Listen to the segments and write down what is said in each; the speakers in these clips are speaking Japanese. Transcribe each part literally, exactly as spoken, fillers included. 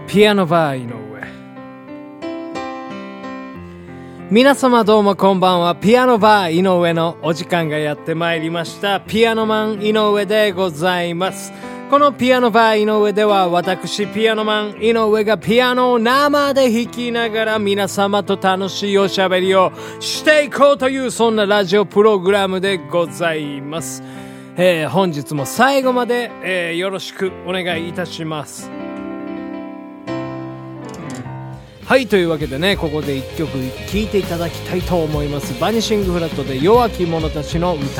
ピアノバー井上。皆様どうもこんばんは。ピアノバー井上のお時間がやってまいりました。ピアノマン井上でございます。このピアノバー井上では、私ピアノマン井上がピアノを生で弾きながら皆様と楽しいおしゃべりをしていこうという、そんなラジオプログラムでございます。えー、本日も最後まで、えー、よろしくお願いいたします。はい、というわけでね、ここで一曲聴いていただきたいと思います。バニシングフラットで弱き者たちの歌。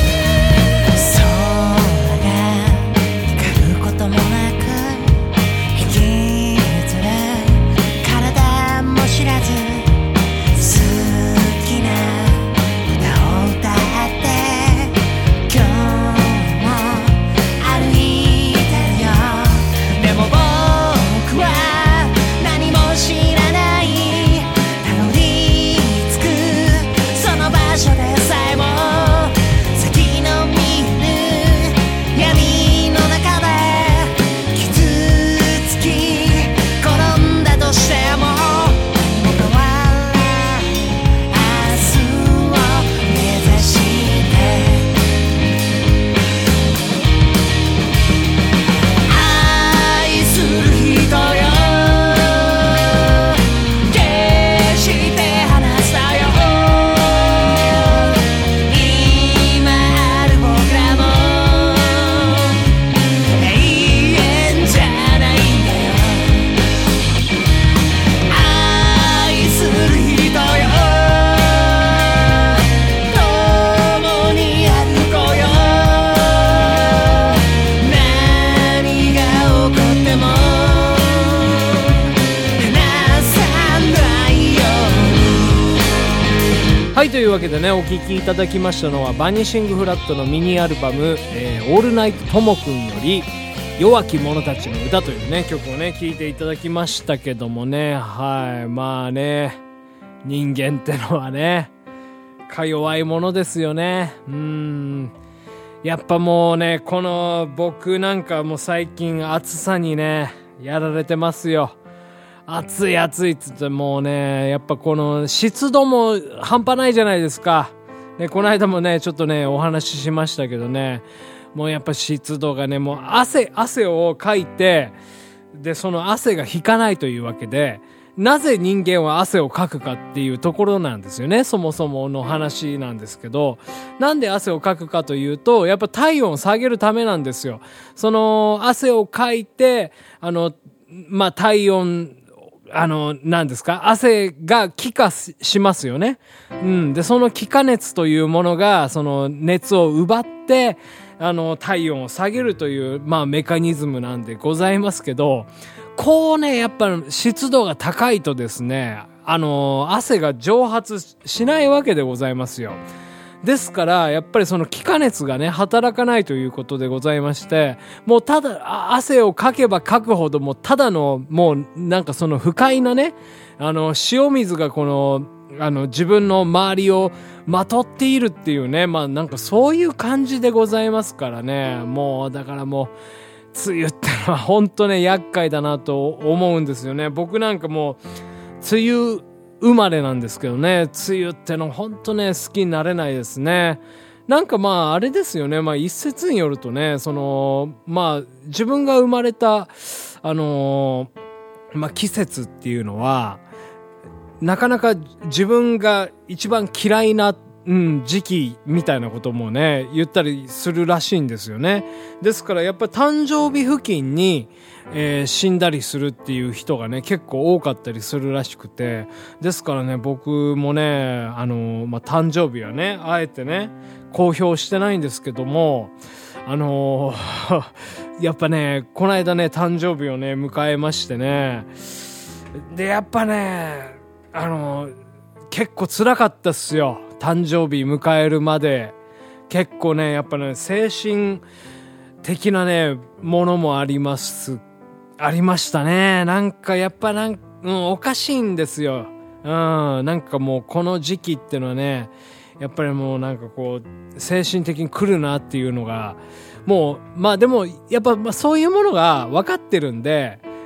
はい、というわけでね、お聴きいただきましたのはバニシングフラットのミニアルバム、えー、オールナイトともくんより弱き者たちの歌というね曲をね聴いていただきましたけどもね、はい、まあね、人間ってのはねか弱いものですよね。うーん、やっぱもうね、この僕なんかもう最近暑さにねやられてますよ。暑い暑いっつって、もうね、やっぱこの湿度も半端ないじゃないですか。ね、この間もね、ちょっとね、お話ししましたけどね、もうやっぱ湿度がね、もう汗、汗をかいて、で、その汗が引かないというわけで、なぜ人間は汗をかくかっていうところなんですよね。そもそもの話なんですけど、なんで汗をかくかというと、やっぱ体温を下げるためなんですよ。その汗をかいて、あの、まあ、体温、あの、何ですか、汗が気化しますよね。うん。で、その気化熱というものが、その熱を奪って、あの、体温を下げるという、まあ、メカニズムなんでございますけど、こうね、やっぱ湿度が高いとですね、あの、汗が蒸発しないわけでございますよ。ですから、やっぱりその気化熱がね、働かないということでございまして、もうただ、汗をかけばかくほど、もうただの、もうなんかその不快なね、あの、塩水がこの、あの、自分の周りをまとっているっていうね、まあなんかそういう感じでございますからね、もうだからもう、梅雨ってのは本当ね、厄介だなと思うんですよね。僕なんかもう、梅雨、生まれなんですけどね、梅雨ってのほんとね好きになれないですね。なんかまああれですよね、まあ一説によるとね、そのまあ自分が生まれたあのー、まあ季節っていうのはなかなか自分が一番嫌いな、うん、時期みたいなこともね言ったりするらしいんですよね。ですからやっぱり誕生日付近にえー、死んだりするっていう人がね結構多かったりするらしくて、ですからね僕もねあのー、まあ、誕生日はねあえてね公表してないんですけども、あのー、やっぱねこの間ね誕生日をね迎えましてね、でやっぱねあのー、結構辛かったっすよ。誕生日迎えるまで結構ねやっぱね精神的なねものもありますありましたね。なんかやっぱなん、うん、おかしいんですよ。うん、なんかもうこの時期ってのはねやっぱりもうなんかこう精神的に来るなっていうのがもうまあでもやっぱまあそういうものが分かってるんで、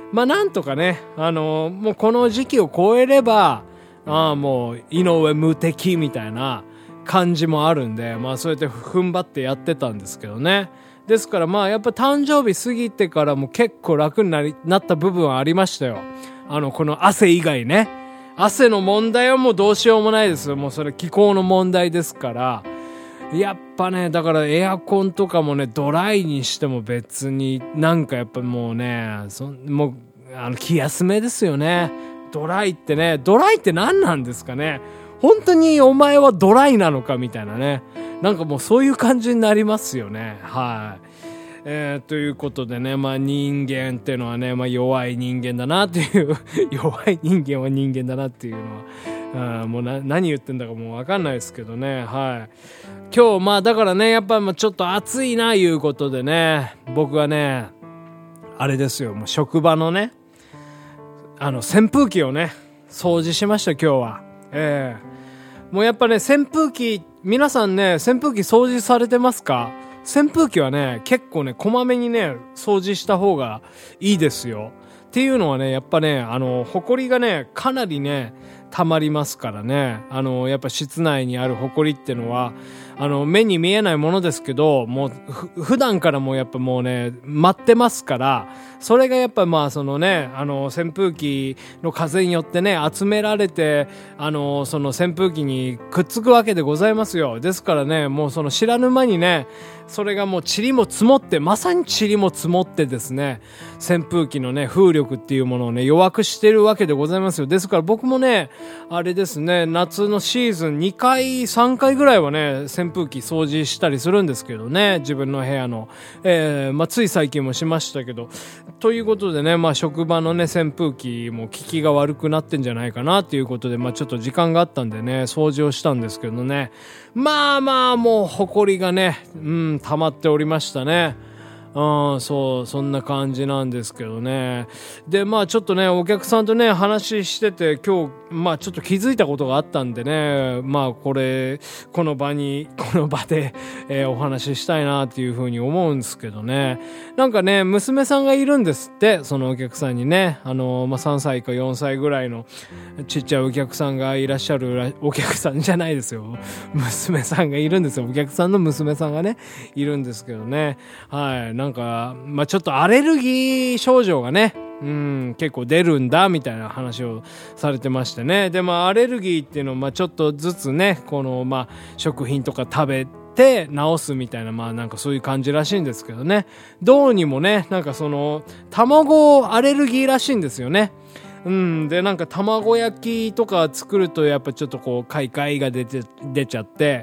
まあなんとかね、あのー、もうこの時期を超えれば、ああもう井上無敵みたいな感じもあるんで、まあそうやって踏ん張ってやってたんですけどね。ですからまあやっぱ誕生日過ぎてからも結構楽になり、なった部分はありましたよ。あの、この汗以外ね。汗の問題はもうどうしようもないですよ。もうそれ気候の問題ですから。やっぱね、だからエアコンとかもね、ドライにしても別になんかやっぱもうね、そもう、あの、気休めですよね。ドライってね、ドライって何なんですかね。本当にお前はドライなのかみたいなね。なんかもうそういう感じになりますよね。はい。えー、ということでね、まあ人間っていうのはね、まあ弱い人間だなっていう、弱い人間は人間だなっていうのは、あもうな何言ってんだかもうわかんないですけどね。はい。今日まあだからね、やっぱまあちょっと暑いないうことでね、僕はね、あれですよ、もう職場のね、あの扇風機をね、掃除しました今日は。ええー、もうやっぱね、扇風機、皆さんね、扇風機掃除されてますか？扇風機はね、結構ね、こまめにね、掃除した方がいいですよ。っていうのはね、やっぱね、あの、埃がね、かなりね、溜まりますからね。あの、やっぱ室内にある埃ってのは、あの、目に見えないものですけど、もう、ふ、普段からもうやっぱもうね、待ってますから、それがやっぱまあそのね、あの、扇風機の風によってね、集められて、あの、その扇風機にくっつくわけでございますよ。ですからね、もうその知らぬ間にね、それがもう塵も積もって、まさに塵も積もってですね、扇風機のね、風力っていうものをね、弱くしてるわけでございますよ。ですから僕もね、あれですね、夏のシーズンにかい、さんかいぐらいはね、扇風機掃除したりするんですけどね、自分の部屋の。えー、まあ、つい最近もしましたけど。ということでね、まあ、職場のね、扇風機も効きが悪くなってんじゃないかなっていうことで、まあ、ちょっと時間があったんでね、掃除をしたんですけどね。まあまあ、もう、埃がね、うん、溜まっておりましたね。うん、そう、そんな感じなんですけどね。で、まあちょっとね、お客さんとね、話してて、今日、まあちょっと気づいたことがあったんでね、まあこれ、この場に、この場で、えー、お話ししたいなっていうふうに思うんですけどね。なんかね、娘さんがいるんですって、そのお客さんにね、あの、まあさんさいかよんさいぐらいのちっちゃいお客さんがいらっしゃる、お客さんじゃないですよ。娘さんがいるんですよ。お客さんの娘さんがね、いるんですけどね。はい。なんか、まあ、ちょっとアレルギー症状がね、うん、結構出るんだ、みたいな話をされてましてね。で、まあ、アレルギーっていうのを、まあ、ちょっとずつね、この、まあ、食品とか食べて治すみたいな、まあ、なんかそういう感じらしいんですけどね。どうにもね、なんかその、卵アレルギーらしいんですよね。うん。で、なんか卵焼きとか作るとやっぱちょっとこう、快快が出て、出ちゃって、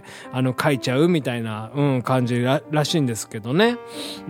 あの、かいちゃうみたいな、うん、感じら、らしいんですけどね。うん。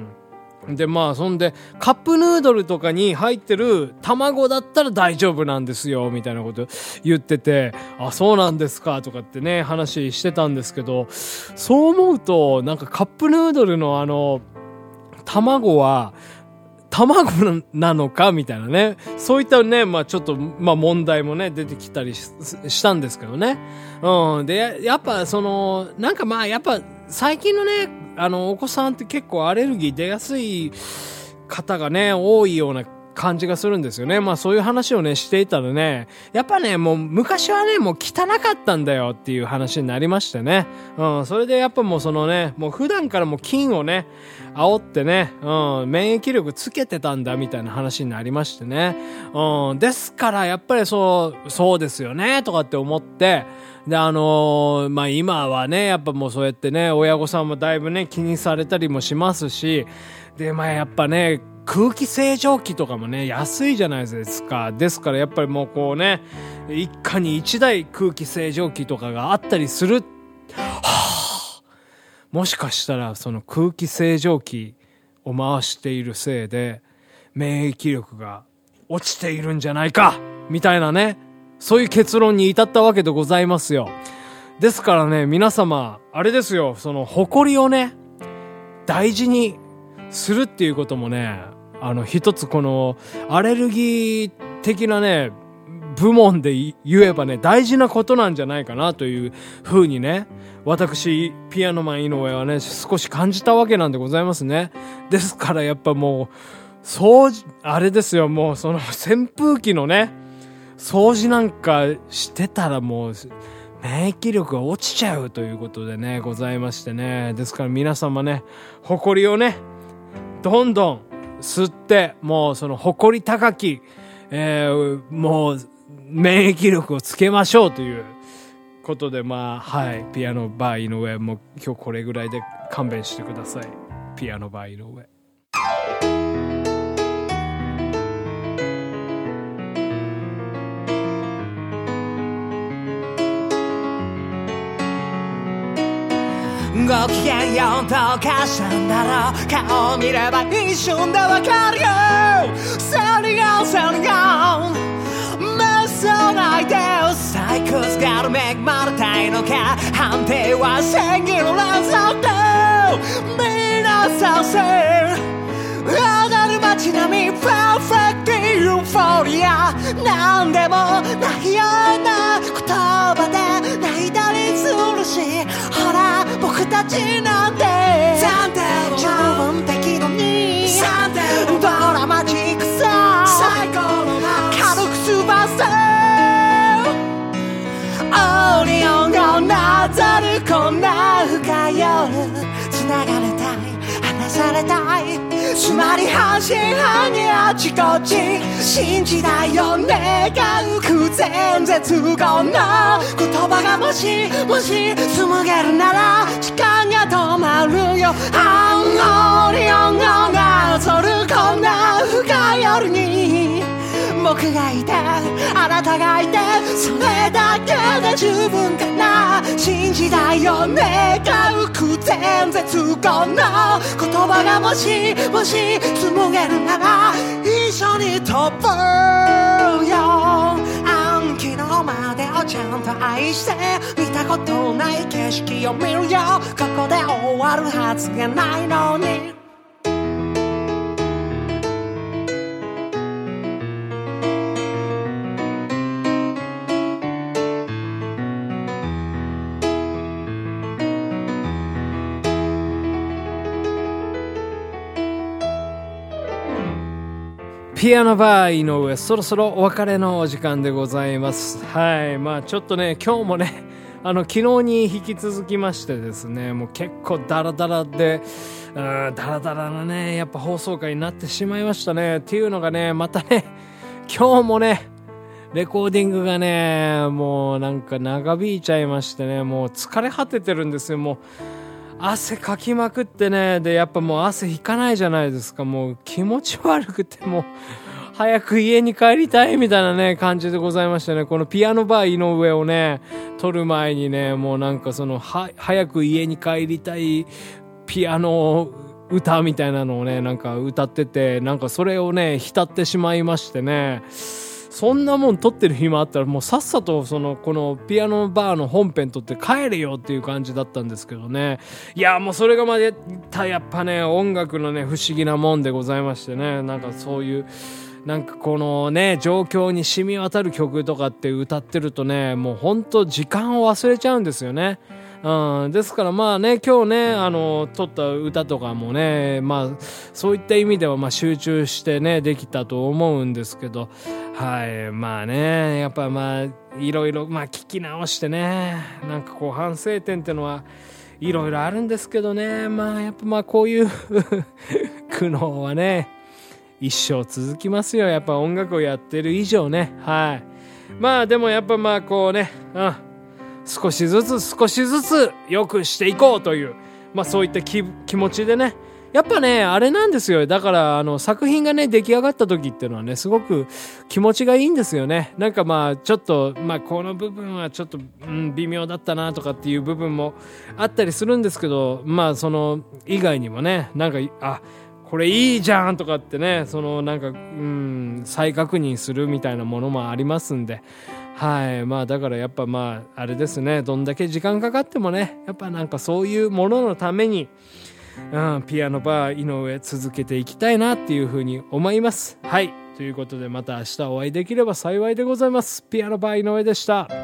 で、まあ、そんで、カップヌードルとかに入ってる卵だったら大丈夫なんですよ、みたいなこと言ってて、あ、そうなんですか、とかってね、話してたんですけど、そう思うと、なんかカップヌードルのあの、卵は、卵なのかみたいなね。そういったね、まあちょっと、まあ問題もね、出てきたり し, したんですけどね。うん。で、や, やっぱその、なんかまあやっぱ最近のね、あの、お子さんって結構アレルギー出やすい方がね、多いような感じがするんですよね。まあそういう話をね、していたらね、やっぱね、もう昔はね、もう汚かったんだよっていう話になりましてね。うん、それでやっぱもうそのね、もう普段からもう菌をね、煽ってね、うん、免疫力つけてたんだみたいな話になりましてね。うん、ですからやっぱりそう、そうですよね、とかって思って、で、あのー、まあ今はね、やっぱもうそうやってね、親御さんもだいぶね、気にされたりもしますし、で、まあやっぱね、空気清浄機とかもね、安いじゃないですか。ですからやっぱりもうこうね、一家に一台空気清浄機とかがあったりする。はぁ、もしかしたらその空気清浄機を回しているせいで、免疫力が落ちているんじゃないかみたいなね、そういう結論に至ったわけでございますよ。ですからね、皆様、あれですよ、その埃をね、大事にするっていうこともね、あの一つこのアレルギー的なね部門で言えばね大事なことなんじゃないかなというふうにね、私ピアノマン井上はね少し感じたわけなんでございますね。ですからやっぱもう掃除、あれですよ、もうその扇風機のね、掃除なんかしてたらもう、免疫力が落ちちゃうということでね、ございましてね。ですから皆様ね、埃をね、どんどん吸って、もうその埃高き、えー、もう免疫力をつけましょうということで、まあ、はい、ピアノバー井上、もう今日これぐらいで勘弁してください。ピアノバー井上。 ご機嫌ようとかしたんだろう。顔を見れば一瞬でわかるよ。さりがさりが目さないでサイクスが恵まれたいのか。判定は正義の連続で皆さんせ踊る街並みパーフェクトユーフォリア。なんでもないような言葉で泣いたりするし、ほら僕たちなんて十分適度にドラマチックさ軽くすばせオリオンがなざるこんな深い夜。繋がれたい離されたいつまり半信半疑あちこち信じないよ願う空前絶後の言葉がもしもし紡げるなら時間が止まるよ。あんオリオンがなぞるこんな深い夜に僕がいてあなたがいてそれだけで十分かな。信じたいよ願う空前絶後の言葉がもしもし紡げるなら一緒に飛ぶよ。暗記のまでをちゃんと愛して見たことない景色を見るよ。ここで終わるはずがないのに。 ピアノバー井上、そろそろお別れのお時間でございます。はい、まあちょっとね、今日もね、あの昨日に引き続きましてですね、もう結構ダラダラで、うん、ダラダラなね、やっぱ放送回になってしまいましたね。っていうのがね、またね、今日もね、レコーディングがね、もうなんか長引いちゃいましてね、もう疲れ果ててるんですよ。もう汗かきまくってね、でやっぱもう汗引かないじゃないですか。もう気持ち悪くて、もう早く家に帰りたいみたいなね感じでございましてね、このピアノバー井上をね撮る前にね、もうなんかそのは早く家に帰りたいピアノ歌みたいなのをねなんか歌ってて、なんかそれをね浸ってしまいましてね、そんなもん撮ってる暇あったらもうさっさとそのこのピアノバーの本編撮って帰れよっていう感じだったんですけどね。いやもうそれがまたやっぱね音楽のね不思議なもんでございましてね、なんかそういうなんかこのね状況に染み渡る曲とかって歌ってるとね、もうほんと時間を忘れちゃうんですよね。うん、ですからまあね今日ねあの撮った歌とかもね、まあそういった意味ではまあ集中してねできたと思うんですけど、はいまあねやっぱまあいろいろまあ聞き直してね、なんかこう反省点ってのはいろいろあるんですけどね、まあやっぱまあこういう苦悩はね一生続きますよ、やっぱ音楽をやってる以上ね。はいまあでもやっぱまあこうね、うん少しずつ少しずつ良くしていこうという、まあそういった 気, 気持ちでね、やっぱねあれなんですよ。だからあの作品がね出来上がった時っていうのはねすごく気持ちがいいんですよね。なんかまあちょっとまあこの部分はちょっと、うん、微妙だったなとかっていう部分もあったりするんですけど、まあその以外にもねなんかあこれいいじゃんとかってね、そのなんかうん再確認するみたいなものもありますんで、はいまあだからやっぱまああれですね、どんだけ時間かかってもねやっぱなんかそういうもののために、うん、ピアノバー井上続けていきたいなっていうふうに思います。はいということでまた明日お会いできれば幸いでございます。ピアノバー井上でした。